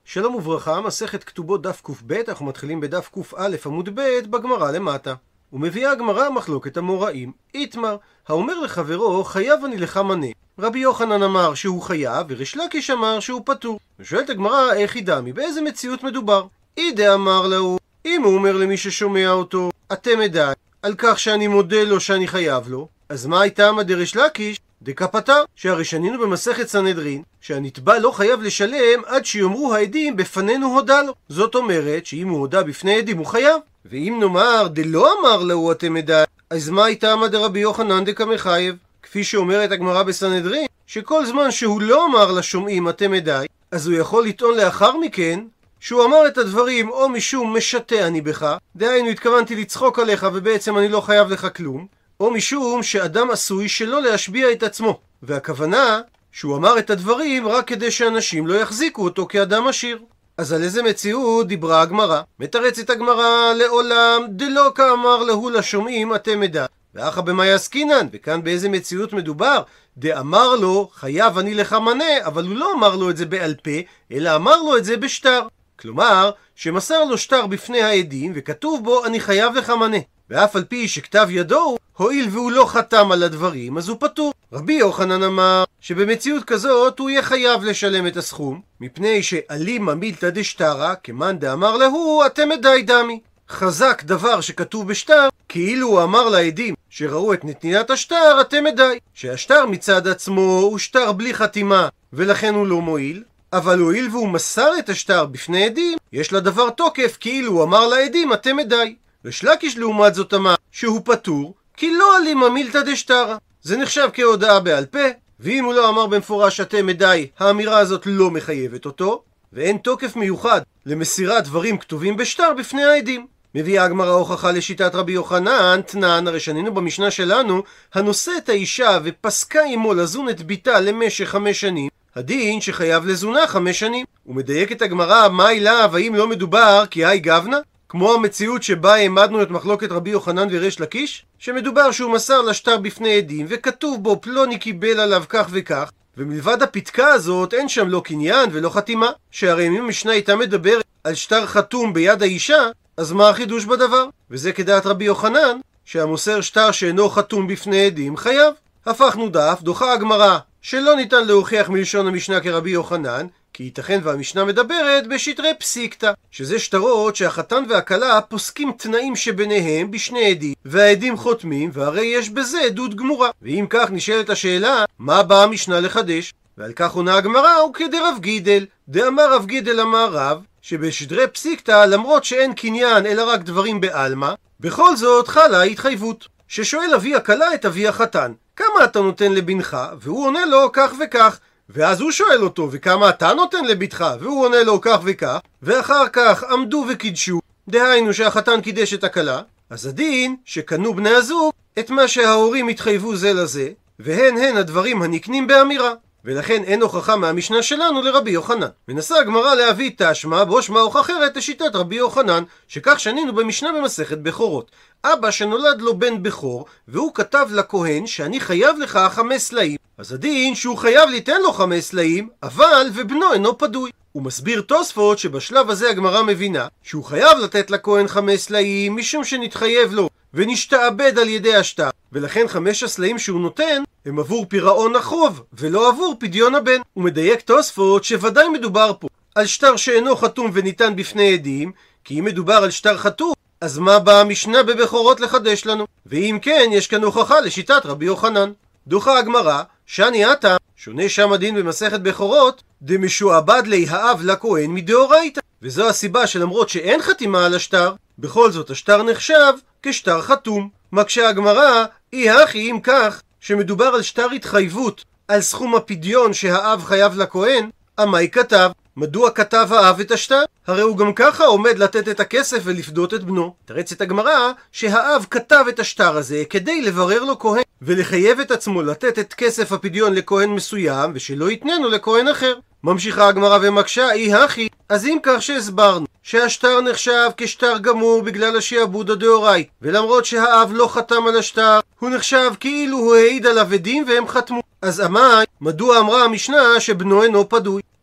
שלום וברכה, מסכת כתובות דף קב, אנחנו מתחילים בדף קא עמוד ב' בגמרא למטה. ומביאה הגמרא מחלוקת המוראים. איתמר, האומר לחברו, חייב אני לך מנה. רבי יוחנן אמר שהוא חייב, וריש לקיש אמר שהוא פטור. ושואלת הגמרא, איך היא דמי? באיזה מציאות מדובר? אידה אמר לו, אם הוא אומר למי ששומע אותו, אתם עדיי, על כך שאני מודה לו שאני חייב לו, אז מה הייתה עמא דריש לקיש? דקפטר, שהרי שנינו במסכת סנהדרין, שהנתבע לא חייב לשלם עד שיאמרו העדים בפנינו הודה לו. זאת אומרת שאם הוא הודה בפני עדים הוא חייב. ואם נאמר דלא אמר לו אתם עדיי, אז מה הייתה עמא דרבי יוחנן דקמחייב? כפי שאומרת הגמרא בסנהדרין, שכל זמן שהוא לא אמר לשומעים אתם עדיי, אז הוא יכול לטעון לאחר מכן שהוא אמר את הדברים או משום משתה אני בך, דהיינו התכוונתי לצחוק עליך ובעצם אני לא חייב לך כלום, או משום שאדם עשוי שלא להשביע את עצמו, והכוונה שהוא אמר את הדברים רק כדי שאנשים לא יחזיקו אותו כאדם עשיר. אז על איזה מציאות דיברה הגמרא? מתרצת הגמרא לעולם דלא כאמר להו לשומעים אתם עדיי, ואחא במאי עסקינן, וכאן באיזה מציאות מדובר? דאמר לו חייב אני לך מנה, אבל הוא לא אמר לו את זה בעל פה, אלא אמר לו את זה בשטר. כלומר שמסר לו שטר בפני העדים וכתוב בו אני חייב לך מנה, ואף על פי שכתב ידו הואיל והוא לא חתם על הדברים אז הוא פטור. רבי יוחנן אמר שבמציאות כזאת הוא יהיה חייב לשלם את הסכום, מפני שאלימא מילתא דשטרא כמאן דאמר להו אתם עדיי דמי. חזק דבר שכתוב בשטר כאילו הוא אמר לעדים שראו את נתינת השטר אתם עדיי, שהשטר מצד עצמו הוא שטר בלי חתימה ולכן הוא לא מועיל, אבל הואיל והוא מסר את השטר בפני עדים יש לדבר תוקף כאילו הוא אמר לעדים אתם עדיי. ריש לקיש לעומת זאת אמר שהוא פטור כי לא אלימא מילתא דשטרא, זה נחשב כהודעה בעל פה, ואם הוא לא אמר במפורש אתם עדיי האמירה הזאת לא מחייבת אותו, ואין תוקף מיוחד למסירת דברים כתובים בשטר בפני העדים. מביאה הגמרא הוכחה לשיטת רבי יוחנן תנן, הרי שנינו במשנה שלנו הנושא את האישה ופסקה עמו לזון את ביתה למשך 5 שנים, הדין שחייב לזונה 5 שנים. ומדייק את הגמרא מה אליו, האם לא מדובר כי היי גבנה? כמו המציאות שבה העמדנו את מחלוקת רבי יוחנן וריש לקיש, שמדובר שהוא מסר לשטר בפני עדים וכתוב בו פלוני קיבל עליו כך וכך, ומלבד הפתקה הזאת אין שם לא קניין ולא חתימה, שהרי אם המשנה הייתה מדברת על שטר חתום ביד האישה, אז מה החידוש בדבר? וזה כדעת רבי יוחנן שהמוסר שטר שאינו חתום בפני עדים חייב. הפכנו דף, דוחה הגמרא שלא ניתן להוכיח מלשון המשנה כרבי יוחנן, כי ייתכן והמשנה מדברת בשטרי פסיקתא, שזה שטרות שהחתן והכלה פוסקים תנאים שביניהם בשני עדים, והעדים חותמים, והרי יש בזה עדות גמורה. ואם כך נשאלת השאלה, מה באה המשנה לחדש? ועל כך עונה הגמרא, וכדרב גידל, דאמר רב גידל אמר רב, שבשטרי פסיקתא למרות שאין קניין אלא רק דברים בעלמא, בכל זאת חלה התחייבות. ששואל אבי הכלה את אבי החתן, כמה אתה נותן לבנך? והוא עונה לו כך וכך. ואז הוא שואל אותו, וכמה אתה נותן לביתך? והוא עונה לו כך וכך, ואחר כך עמדו וקידשו, דהיינו שהחתן קידש את הכלה, אז הדין שקנו בני הזוג את מה שההורים התחייבו זה לזה, והן הדברים הנקנים באמירה, ולכן אין הוכחה מהמשנה שלנו לרבי יוחנן. מנסה הגמרא להביא תשמע בו שמע הוכחה אחרת לשיטת רבי יוחנן, שכך שנינו במשנה במסכת בכורות. אבא שנולד לו בן בכור והוא כתב לכהן שאני חייב לך 5 סלעים, אז הדין שהוא חייב ליתן לו 5 סלעים, אבל ובנו אינו פדוי. הוא מסביר תוספות שבשלב הזה הגמרא מבינה שהוא חייב לתת לכהן 5 סלעים משום שנתחייב לו ונשתעבד על ידי השטר, ולכן 5 הסלעים שהוא נותן הם עבור פירעון החוב ולא עבור פדיון הבן. הוא מדייק תוספות שוודאי מדובר פה על שטר שאינו חתום וניתן בפני עדים, כי אם מדובר על שטר חתום אז מה באה המשנה בבכורות לחדש לנו? ואם כן יש כאן הוכחה לשיטת רבי יוחנן. דוחה הגמרא שאני עתה שונה שם הדין במסכת בכורות דמשועבד לי האב לכהן מדאורייתא, וזו הסיבה שלמרות שאין חתימה על השטר בכל זאת השטר נחשב כשטר חתום. מקשה הגמרא אי הכי אם כך שמדובר על שטר התחייבות על סכום הפדיון שהאב חייב לכהן, אמי כתב? מדוע כתב האב את השטר? הרי הוא גם ככה עומד לתת את הכסף ולפדות את בנו. תרצת הגמרא שהאב כתב את השטר הזה כדי לברר לו כהן ולחייב את עצמו לתת את כסף הפדיון לכהן מסוים ושלא יתננו לכהן אחר. ממשיכה הגמרא ומקשה אי הכי, אז אם כך שהסברנו שהשטר נחשב כשטר גמור בגלל השעבוד הדאורייתא, ולמרות שהאב לא חתם על השטר הוא נחשב כאילו הוא העיד עליו עדים והם חתמו, אז מדוע אמרה המשנה שבנו אינו פדוי?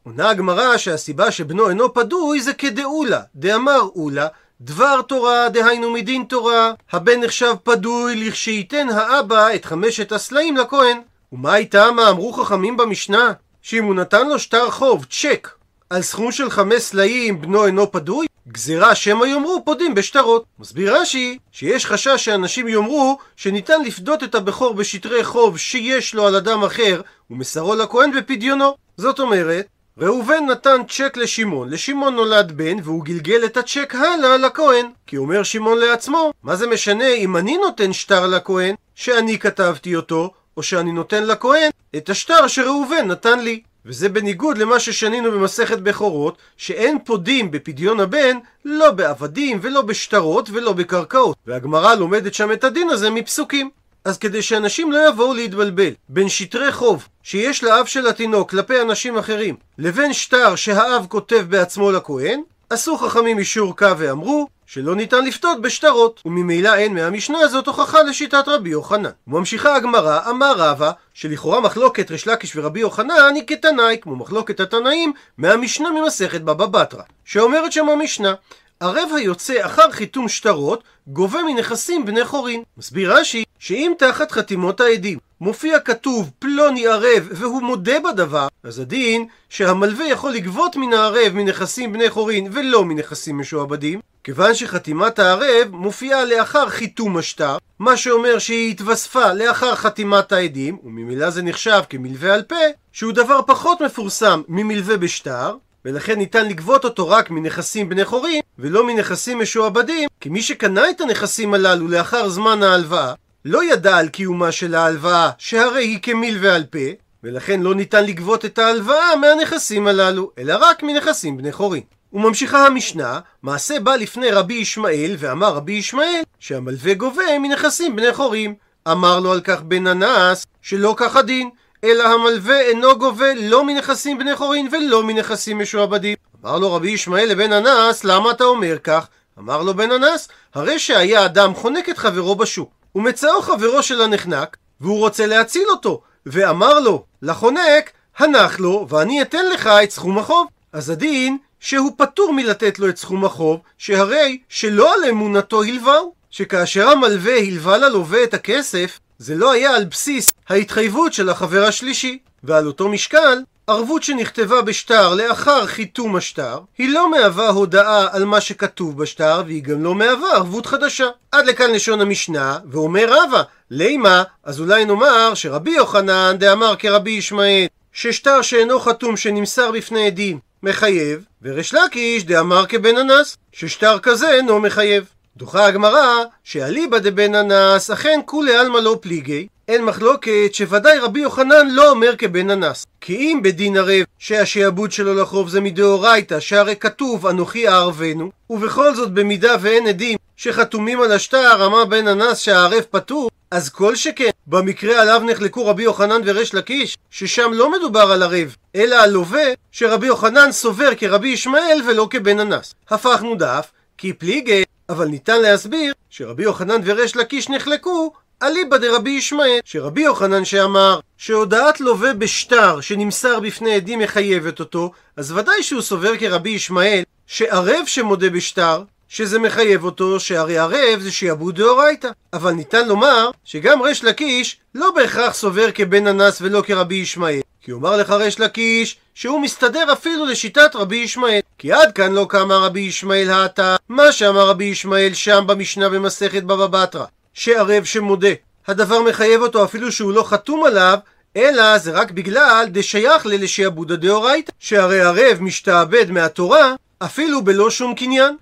עונה הגמרא שהסיבה שבנו אינו פדוי זה כדאולה, דאמר אולה, דבר תורה, דהיינו מדין תורה, הבן נחשב פדוי לכשייתן האבא את 5 הסלעים לכהן. ומה איתם? מה אמרו חכמים במשנה? שאם הוא נתן לו שטר חוב, צ'ק, על סכום של 5 סלעים בנו אינו פדוי, גזירה שמא יאמרו פודים בשטרות. מסביר רש"י שיש חשש שאנשים יאמרו שניתן לפדות את הבכור בשטרי חוב שיש לו על אדם אחר ומסרו לכהן בפדיונו. זאת אומרת, ראובן נתן צ'ק לשמעון, לשמעון נולד בן והוא גלגל את הצ'ק הלאה לכהן, כי אומר שמעון לעצמו, מה זה משנה אם אני נותן שטר לכהן שאני כתבתי אותו, או שאני נותן לכהן את השטר שראובן נתן לי. וזה בניגוד למה ששנינו במסכת בכורות, שאין פודים בפדיון הבן לא בעבדים ולא בשטרות ולא בקרקעות, והגמרא לומדת שם את הדין הזה מפסוקים. אז כדי שאנשים לא יבואו להתבלבל בין שטרי חוב שיש לאב של התינוק כלפי אנשים אחרים לבין שטר שהאב כותב בעצמו לכהן, עשו חכמים אישור קו ואמרו שלא ניתן לפתות בשטרות, וממילא אין מהמשנה הזאת הוכחה לשיטת רבי יוחנן. וממשיכה הגמרא, אמר רבא, שלכאורה מחלוקת ריש לקיש ורבי יוחנן היא כתנאי, כמו מחלוקת התנאים מהמשנה ממסכת בבא בתרא, שאומרת שם המשנה, ערב היוצא אחר חיתום שטרות גובה מנכסים בני חורין. מסביר רש"י שאם תחת חתימות העדים מופיע כתוב פלוני ערב והוא מודה בדבר, אז הדין שהמלווה יכול לגבות מן הערב מנכסים בני חורין ולא מנכסים משועבדים, כיוון שחתימת הערב מופיעה לאחר חיתום השטר, מה שאומר שהיא התווספה לאחר חתימת העדים, וממילא זה נחשב כמלווה על פה, שהוא דבר פחות מפורסם ממלווה בשטר, ולכן ניתן לגבות אותו רק מנכסים בני חורין ולא מנכסים משועבדים, כי מי שקנה את הנכסים הללו לאחר זמן ההלוואה לא ידע על קיומה של ההלוואה שהרי היא כמלווה על פה, ולכן לא ניתן לגבות את ההלוואה מהנכסים הללו אלא רק מנכסים בני חורין. וממשיכה המשנה, מעשה בא לפני רבי ישמעאל ואמר רבי ישמעאל שהמלווה גובה מנכסים בני חורין. אמר לו על כך בן הנס שלא כך הדין, אלא המלווה אינו גובה לא מנכסים בני חורין ולא מנכסים משועבדים. אמר לו רבי ישמעאל לבן הנס, למה אתה אומר כך? אמר לו בן הנס, הרי שהיה אדם חונק את חברו בשוק, ומצאו חברו של הנחנק והוא רוצה להציל אותו, ואמר לו לחונק, הנח לו ואני אתן לך את סכום החוב. אז הדין שהוא פטור מלתת לו את סכום החוב, שהרי שלא על אמונתו הלווהו, שכאשר המלווה הלווה ללווה את הכסף זה לא היה על בסיס ההתחייבות של החבר השלישי, ועל אותו משקל ערבות שנכתבה בשטר לאחר חיתום השטר היא לא מהווה הודעה על מה שכתוב בשטר, והיא גם לא מהווה ערבות חדשה. עד לכאן לשון המשנה. ואומר רבא, לימה, אז אולי נאמר שרבי יוחנן דאמר כרבי ישמעאל ששטר שאינו חתום שנמסר בפני עדים מחייב, וריש לקיש דאמר כבן הנס ששטר כזה אינו מחייב. דוחה הגמרא שאליבא דבן הנס אכן כולי עלמא לא פליגי, אין מחלוקת שוודאי רבי יוחנן לא אומר כבן הנס, כי אם בדין ערב שהשעבוד שלו לחוב זה מדאורייתא שהרי כתוב אנוכי אערבנו, ובכל זאת במידה ואין עדים שחתומים על השטר אמר בן הנס שהערב פטור, אז כל שכן במקרה עליו נחלקו רבי יוחנן וריש לקיש ששם לא מדובר על ערב אלא על לווה, שרבי יוחנן סובר כרבי ישמעאל ולא כבן הנס. הפכנו דף כי פליגי, אבל ניתן להסביר שרבי יוחנן וריש לקיש נחלקו אליבא דרבי ישמעאל, שרבי יוחנן שאמר שהודעת לווה בשטר שנמסר בפני עדים מחייבת אותו, אז ודאי שהוא סובר כרבי ישמעאל שערב שמודה בשטר שזה מחייב אותו, שהרי ערב זה שעבוד דאורייתא. אבל ניתן לומר שגם ריש לקיש לא בהכרח סובר כבן הנס ולא כרבי ישמעאל, כי אומר לך ריש לקיש שהוא מסתדר אפילו לשיטת רבי ישמעאל, כי עד כאן לא קמה רבי ישמעאל האתה מה שאמר רבי ישמעאל שם במשנה במסכת בבא בתרא, שערב שמודה הדבר מחייב אותו אפילו שהוא לא חתום עליו, אלא זה רק בגלל דשייך לשעבוד דאורייתא, שהרי ערב משתעבד מהתורה אפילו בלא שום קניין.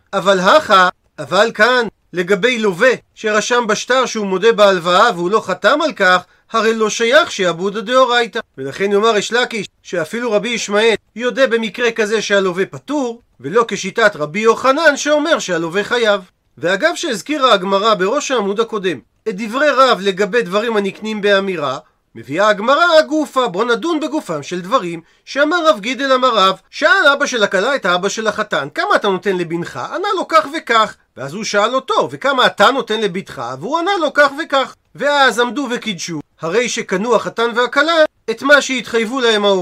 אבל כאן לגבי לווה שרשם בשטר שהוא מודה בהלוואה והוא לא חתם על כך, הרי לא שייך שעבוד דאורייתא, ולכן יאמר ריש לקיש שאפילו רבי ישמעאל יודע במקרה כזה שהלווה פטור, ולא כשיטת רבי יוחנן שאומר שהלווה חייב. ואגב שהזכירה הגמרא בראש העמוד הקודם את דברי רב לגבי דברים הנקנים באמירה, מביאה הגמרא הגופה, בוא נדון בגופם של דברים. שאמר רב גידל אמר רב, שאל אבא של הכלה את האבא של החתן, כמה אתה נותן לבנך? ענה לו כך וכך. ואז הוא שאל אותו, וכמה אתה נותן לבתך? והוא ענה לו כך וכך. ואז עמדו וקידשו, הרי שקנו החתן והכלה את מה שהתחייבו להם ההורים,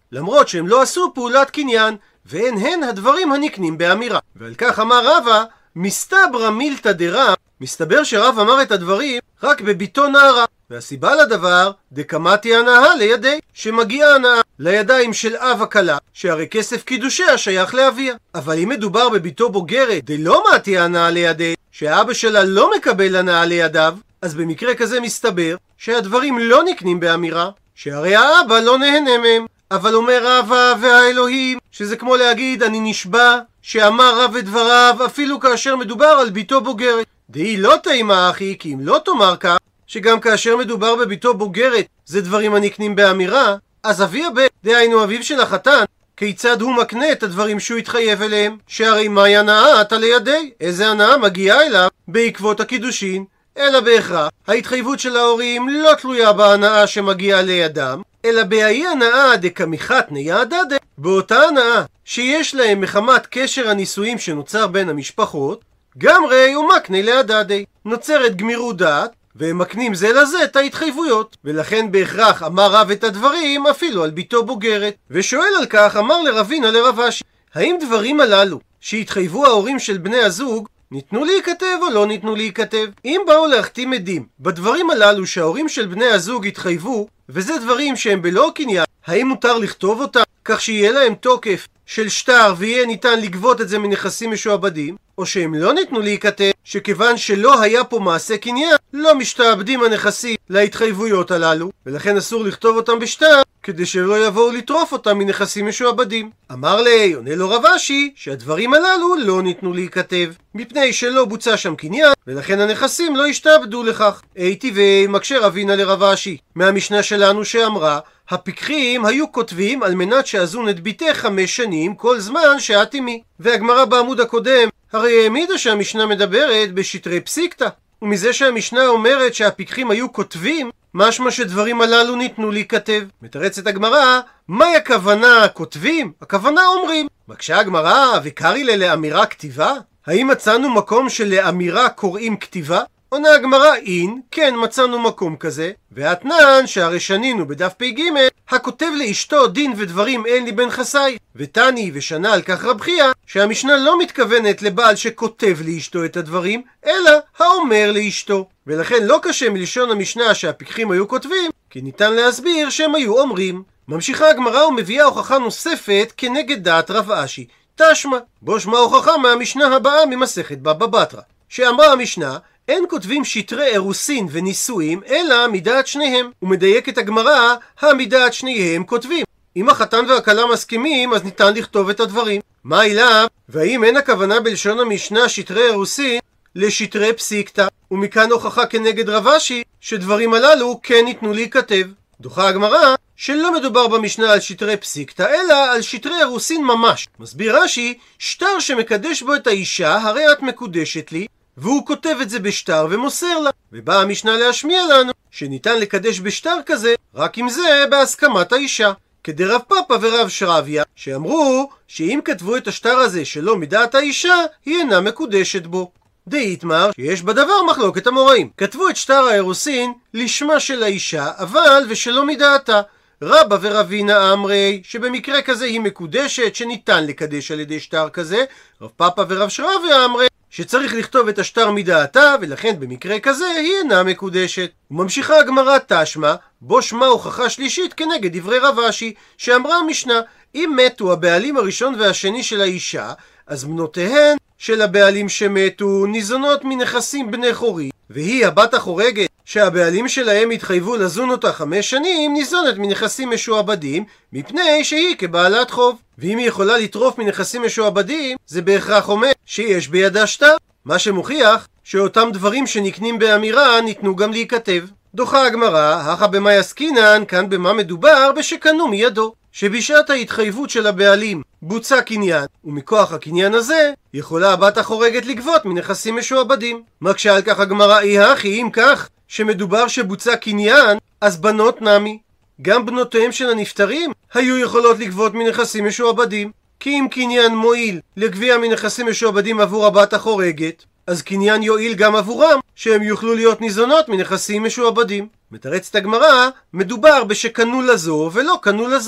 למרות שהם לא עשו פעולת קניין, ואין הן הדברים הנקנים באמירה. ועל כך אמר רבא, מסתברא מילתא דרב, מסתבר שרב אמר את הדברים רק בביתו נערה. והסיבה לדבר, דקמתי הנאה לידי, שמגיעה הנאה לידיים של אב הכלה, שהרי כסף קידושיה שייך לאביה. אבל אם מדובר בביתו בוגרת, דלא מתי הנאה לידי, שהאבא שלה לא מקבל הנאה לידיו, אז במקרה כזה מסתבר שהדברים לא נקנים באמירה, שהרי האבא לא נהנה מהם. אבל אומר רבא והאלוהים, שזה כמו להגיד אני נשבע שאמר רב את דבריו אפילו כאשר מדובר על ביתו בוגרת. דהי לא תימה אחי, כי אם לא תאמר כך, שגם כאשר מדובר בביתו בוגרת זה דברים הנקנים באמירה, אז אבי הבן, דהיינו אביו של החתן, כיצד הוא מקנה את הדברים שהוא התחייב אליהם? שהרי מהי הנאה אתה לידי? איזה הנאה מגיעה אליו בעקבות הקידושין? אלא בהכרח ההתחייבות של ההורים לא תלויה בהנאה שמגיעה לידם, אלא בהאי הנאה דקמיחתני יעדדה, באותה הנאה שיש להם מחמת קשר הנישואים שנוצר בין המשפחות, גם ראי ומקנה ליעדדי, נוצרת גמירות דעת, והם מקנים זה לזה את ההתחייבויות. ולכן בהכרח אמר רב את הדברים אפילו על ביתו בוגרת. ושואל על כך אמר לרבינה לרב אשי, האם דברים הללו שהתחייבו ההורים של בני הזוג ניתנו להיכתב או לא ניתנו להיכתב? אם באו להחתים עדים בדברים הללו שההורים של בני הזוג התחייבו, וזה דברים שהם בלא קניין, האם מותר לכתוב אותם כך שיהיה להם תוקף של שטר ויהיה ניתן לגבות את זה מנכסים משועבדים? או שהם לא ניתנו להיכתב, שכיוון שלא היה פה מעשה קניין, לא משתעבדים הנכסים להתחייבויות הללו, ולכן אסור לכתוב אותם בשטר, כדי שלא יבואו לטרוף אותם מנכסים משועבדים. אמר לי, עונה לו רב אשי, שהדברים הללו לא ניתנו להיכתב, מפני שלא בוצע שם קניין, ולכן הנכסים לא השתעבדו לכך. הייתי ומקשה רבינה לרב אשי, מהמשנה שלנו שאמרה, הפיקחים היו כותבים על מנת שאזון את ביתך 5 שנים כל זמן שאת עמי. והגמרא בעמוד הקודם הרי העמידה שהמשנה מדברת בשטרי פסיקתא, ומזה שהמשנה אומרת שהפיקחים היו כותבים, משמע שדברים הללו ניתנו להיכתב. מתרצת הגמרא, מהי הכוונה כותבים? הכוונה אומרים. מקשה הגמרא, וקרי לאמירה כתיבה? האם מצאנו מקום שלאמירה קוראים כתיבה? עונה הגמרא, אין, כן מצאנו מקום כזה, והתנן שהרי שנינו בדף פ"ג, הכותב לאשתו דין ודברים אין לי בן חסי, ותני ושנה על כך רב חייא, שהמשנה לא מתכוונת לבעל שכותב לאשתו את הדברים, אלא האומר לאשתו. ולכן לא קשה מלשון המשנה שהפיקחים היו כותבים, כי ניתן להסביר שהם היו אומרים. ממשיכה הגמרא ומביאה הוכחה נוספת כנגד דעת רב אשי, תשמע, בו שמה הוכחה מהמשנה הבאה ממסכת בבא בתרא, שאמרה המשנה, אין כותבים שטרי אירוסין ונישואים אלא מדעת שניהם, ומדייקת הגמרא, המדעת שניהם כותבים. אם החתן והכלה מסכימים אז ניתן לכתוב את הדברים. מה אליו? והאם אין הכוונה בלשון המשנה שטרי אירוסין לשטרי פסיקתא? ומכאן הוכחה כנגד רב אשי שדברים הללו כן ניתנו להיכתב. דוחה הגמרא שלא מדובר במשנה על שטרי פסיקתא אלא על שטרי אירוסין ממש. מסביר רש"י, שטר שמקדש בו את האישה הרי את מקודשת לי, והוא כותב את זה בשטר ומוסר לה. ובאה המשנה להשמיע לנו שניתן לקדש בשטר כזה רק אם זה בהסכמת האישה, כדרב פאפא ורב שרביה שאמרו שאם כתבו את השטר הזה שלא מדעת האישה היא אינה מקודשת בו. דאיתמר שיש בדבר מחלוקת המוראים, כתבו את שטר האירוסין לשמה של האישה אבל ושלא מדעתה. רבא ורבינה אמרי שבמקרה כזה היא מקודשת שניתן לקדש על ידי שטר כזה, רב פאפא ורב שרביה אמרי שצריך לכתוב את השטר מדעתה ולכן במקרה כזה היא אינה מקודשת. וממשיכה הגמרא תשמע, בו שמה הוכחה שלישית כנגד דברי רב אשי שאמרה המשנה, אם מתו הבעלים הראשון והשני של האישה אז בנותיהן של הבעלים שמתו ניזונות מנכסים בני חורי, והיא הבת החורגת שהבעלים שלהם התחייבו לזון אותה 5 שנים ניזונת מנכסים משועבדים מפני שהיא כבעלת חוב. ואם היא יכולה לטרוף מנכסים משועבדים זה בהכרח אומר שיש בידה שטר, מה שמוכיח שאותם דברים שנקנים באמירה ניתנו גם להיכתב. דוחה הגמרא, הכה במה יסקינן, כאן במה מדובר בשקנו מידו, שבשעת ההתחייבות של הבעלים בוצע קניין, ומכוח הקניין הזה יכולה הבת החורגת לגבות מנכסים משועבדים. מקשה על כך הגמרא, אם כך שמדובר שבוצע קניין אז בנות נמי, גם בנותיהם של הנפטרים היו יכולות לגבות מנכסים משועבדים, כי אם קניין מועיל לגביע מנכסים משועבדים עבור הבת החורגת אז קניין יועיל גם עבורם שהם יוכלו להיות ניזונות מנכסים משועבדים. מתרצת הגמרא, מדובר בשקנו לזו ולא קנו לזו,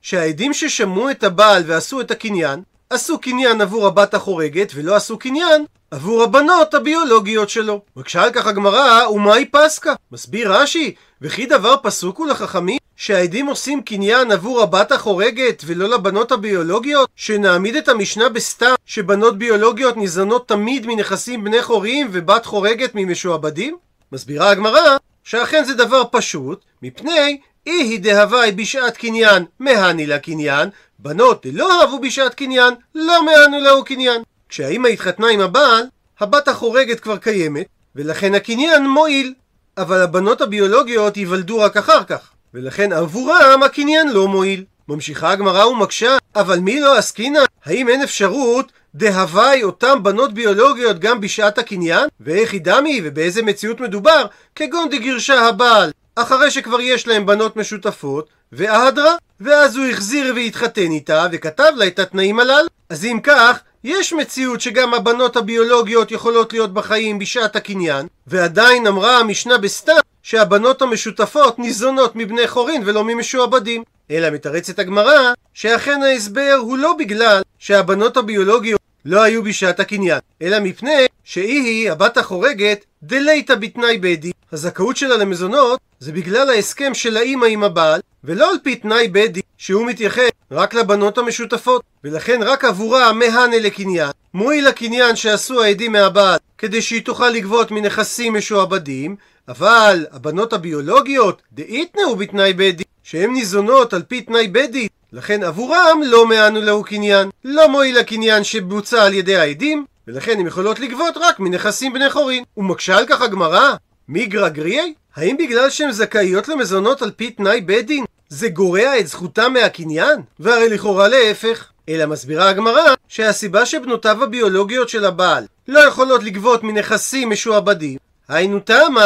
שהעדים ששמעו את הבעל ועשו את הקניין, עשו קניין עבור הבת החורגת ולא עשו קניין עבור הבנות הביולוגיות שלו. מקשה על כך הגמרא, ומאי פסקה? מסביר רש"י, וכי דבר פסוק הוא לחכמים שהעדים עושים קניין עבור הבת החורגת ולא לבנות הביולוגיות? שנעמיד את המשנה בסתם שבנות ביולוגיות ניזונות תמיד מנכסים בני חורים ובת חורגת ממשועבדים? מסבירה הגמרא שאכן זה דבר פשוט, מפני היא דהווי בשעת קניין מהני לה קניין, בנות לא אהבו בשעת קניין לא מהנו להו קניין. כשהאמא התחתנה עם הבעל, הבת החורגת כבר קיימת, ולכן הקניין מועיל, אבל הבנות הביולוגיות ייוולדו רק אחר כך, ולכן עבורם הקניין לא מועיל. ממשיכה הגמרא ומקשה, אבל מי לא עסקינן? האם אין אפשרות דהווי אותם בנות ביולוגיות גם בשעת הקניין? ואיך ידמי ובאיזה מציאות מדובר? כגון דגירשה הבעל אחרי שכבר יש להם בנות משותפות וההדרה, ואז הוא החזיר והתחתן איתה וכתב לה את התנאים הללו. אז אם כך, יש מציאות שגם הבנות הביולוגיות יכולות להיות בחיים בשעת הקניין, ועדיין אמרה המשנה בסתם שהבנות המשותפות ניזונות מבני חורין ולא ממשועבדים. אלא מתרצת הגמרא שאכן ההסבר הוא לא בגלל שהבנות הביולוגיות לא היו בשעת הקניין, אלא מפני שהיא, הבת החורגת, דלייתא בתנאי בדי. הזכאות שלה למזונות זה בגלל ההסכם של האמא עם הבעל, ולא על פי תנאי בדי שהוא מתייחס רק לבנות המשותפות, ולכן רק עבורה מהנה לקניין, מועיל הקניין שעשו העדים מהבעל כדי שהיא תוכל לגבות מנכסים משועבדים, אבל הבנות הביולוגיות דאיתנאו בתנאי בדי, שהן ניזונות על פי תנאי בדי, לכן עבורם לא מהנו להו קניין, לא מועיל הקניין שבוצע על ידי העדים, ולכן הן יכולות לגבות רק מנכסים בני חורין. ומקשה על כך הגמרא, מיגרא גריי? האם בגלל שהן זכאיות למזונות על פי תנאי בית דין זה גורע את זכותם מהקניין? והרי לכאורה להפך. אלא מסבירה הגמרא שהסיבה שבנותיו הביולוגיות של הבעל לא יכולות לגבות מנכסים משועבדים, היינו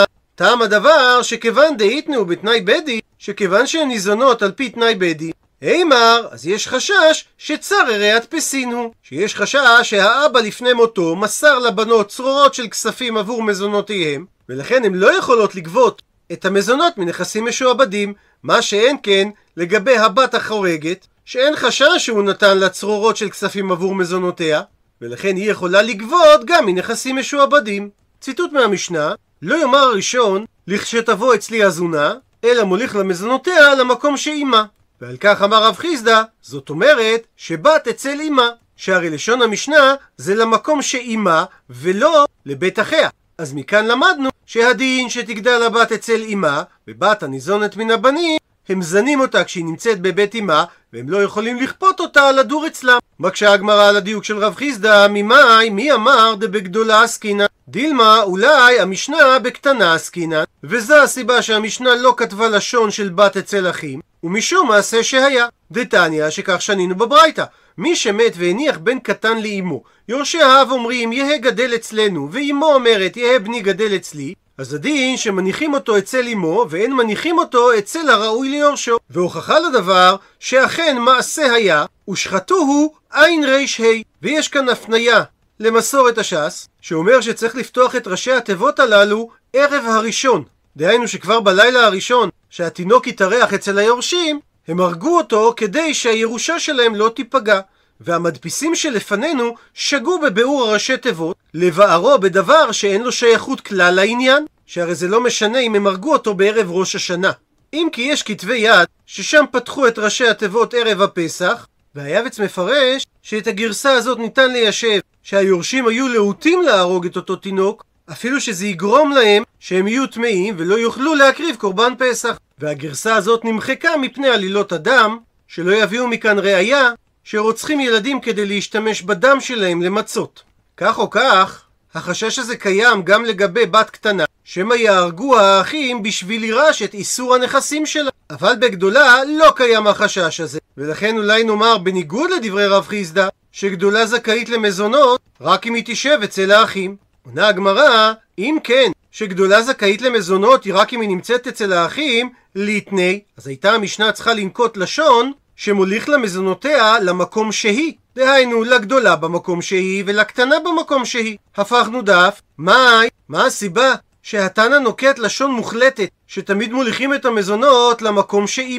טעם הדבר שכיוון דאיתנאו בתנאי בית דין, שכיוון שהן ניזונות על פי תנאי בית דין, אימר, אז יש חשש שצר הריאת פסין הוא, שיש חשש שהאבא לפני מותו מסר לבנות צרורות של כספים עבור מזונותיהם, ולכן הן לא יכולות לגבות את המזונות מנכסים משועבדים, מה שאין כן לגבי הבת החורגת, שאין חשש שהוא נתן לה צרורות של כספים עבור מזונותיה, ולכן היא יכולה לגבות גם מנכסים משועבדים. ציטוט מהמשנה, לא יאמר הראשון לכשתבוא אצלי הזונה, אלא מוליך למזונותיה למקום שאימה. ועל כך אמר רב חיסדא, זאת אומרת שבת אצל אימה, שהרי לשון המשנה זה למקום שאימה ולא לבית אחיה. אז מכאן למדנו שהדין שתגדל הבת אצל אימה, ובת הניזונת מן הבנים, הם זנים אותה כשהיא נמצאת בבית אימה, והם לא יכולים לכפות אותה לדור אצלם. מקשה הגמרא על הדיוק של רב חיסדא, מי אמר דבגדולה עסקינן? דילמה אולי המשנה בקטנה עסקינן, וזו הסיבה שהמשנה לא כתבה לשון של בת אצל אחים, ומשום מעשה שהיה. דתניא שכך שנינו בברייתא, מי שמת והניח בן קטן לאמו, יורשי האב אומרים יהא גדל אצלנו, ואמו אומרת יהא בני גדל אצלי, אז הדין שמניחים אותו אצל אמו ואין מניחים אותו אצל הראוי ליורשו. והוכחה לדבר שאכן מעשה היה ושחטוהו עין ריש ה'. ויש כאן הפניה למסורת הש"ס שאומר שצריך לפתוח את ראשי התיבות הללו ערב הראשון, דהיינו שכבר בלילה הראשון שהתינוק יתארח אצל היורשים הם הרגו אותו כדי שהירושה שלהם לא תיפגע, והמדפיסים שלפנינו שגו בביאור הראשי תיבות לבארו בדבר שאין לו שייכות כלל לעניין, שהרי זה לא משנה אם הם הרגו אותו בערב ראש השנה. אם כי יש כתבי יד ששם פתחו את ראשי התיבות ערב הפסח, והיבץ מפרש שאת הגרסה הזאת ניתן ליישב שהיורשים היו להוטים להרוג את אותו תינוק, אפילו שזה יגרום להם שהם יהיו טמאים ולא יוכלו להקריב קורבן פסח. והגרסה הזאת נמחקה מפני עלילות הדם, שלא יביאו מכאן ראיה שרוצחים ילדים כדי להשתמש בדם שלהם למצות. כך או כך, החשש הזה קיים גם לגבי בת קטנה, שמא יהרגו האחים בשביל לירש את איסור הנכסים שלה. אבל בגדולה לא קיים החשש הזה, ולכן אולי נאמר בניגוד לדברי רב חיסדא, שגדולה זכאית למזונות רק אם היא תשב אצל האחים. עונה הגמרא, אם כן, שגדולה זכאית למזונות היא רק אם היא נמצאת אצל האחים, ליתני, אז הייתה המשנה צריכה לנקוט לשון שמוליך למזונותיה למקום שהיא, דהיינו לגדולה במקום שהיא ולקטנה במקום שהיא. הפכנו דף, מה הסיבה שהתנא נוקט לשון מוחלטת שתמיד מוליכים את המזונות למקום שאימה?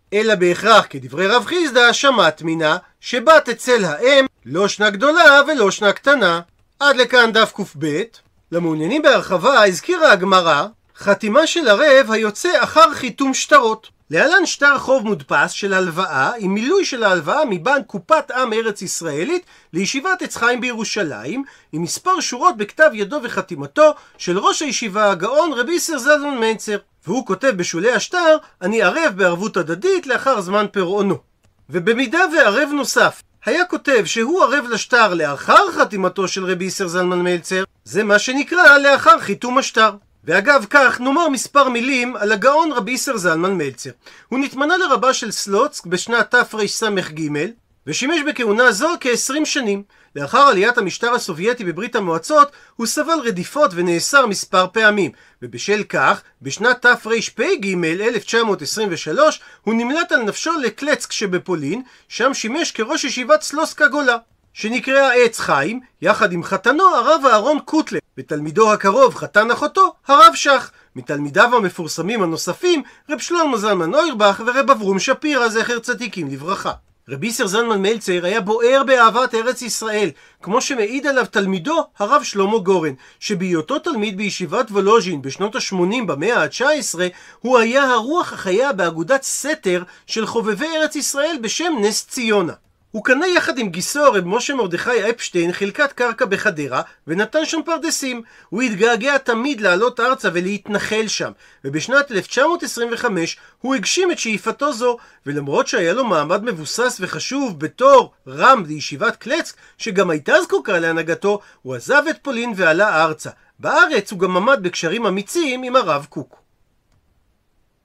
אלא בהכרח כדברי רב חיסדא שמעת מינה, שבת אצל האם לא שנה גדולה ולא שנה קטנה. עד לכאן דף קב. למעוניינים בהרחבה הזכירה הגמרא חתימה של ערב היוצא אחר חיתום שטרות. להלן שטר חוב מודפס של הלוואה עם מילוי של ההלוואה מבנק קופת עם ארץ ישראלית לישיבת עץ חיים בירושלים, עם מספר שורות בכתב ידו וחתימתו של ראש הישיבה הגאון רבי יסר זלמן מנצר, והוא כותב בשולי השטר: אני ערב בערבות הדדית לאחר זמן פירעונו. ובמידה וערב נוסף היה כותב שהוא ערב לשטר לאחר חתימתו של רבי יסר זלמן מלצר, זה מה שנקרא לאחר חיתום השטר. ואגב כך נאמר מספר מילים על הגאון רבי יסר זלמן מלצר. הוא נתמנה לרבה של סלוצק בשנת תרס"ג ושימש בכהונה זו כ-20 שנים. לאחר עליית המשטר הסובייטי בברית המועצות הוא סבל רדיפות ונאסר מספר פעמים, ובשל כך בשנת תרפ"ג 1923 הוא נמלט על נפשו לקלצק שבפולין, שם שימש כראש ישיבת סלוסקה גולה שנקראה עץ חיים, יחד עם חתנו הרב אהרון קוטלר ותלמידו הקרוב חתן אחותו הרב שך. מתלמידיו המפורסמים הנוספים רב שלמה זלמן אוירבך ורב אברום שפירא זכר צדיקים לברכה. רבי יסר זלמן מלצר היה בוער באהבת ארץ ישראל, כמו שמעיד עליו תלמידו הרב שלמה גורן, שבהיותו תלמיד בישיבת וולוז'ין בשנות ה-80 במאה ה-19 הוא היה הרוח החיה באגודת סתר של חובבי ארץ ישראל בשם נס ציונה. הוא קנה יחד עם גיסו רב משה מרדכי אפשטיין חלקת קרקע בחדרה ונתן שם פרדסים. הוא התגעגע תמיד לעלות ארצה ולהתנחל שם, ובשנת 1925 הוא הגשים את שאיפתו זו, ולמרות שהיה לו מעמד מבוסס וחשוב בתור רם לישיבת קלצק שגם הייתה זקוקה להנהגתו, הוא עזב את פולין ועלה ארצה. בארץ הוא גם עמד בקשרים אמיצים עם הרב קוק.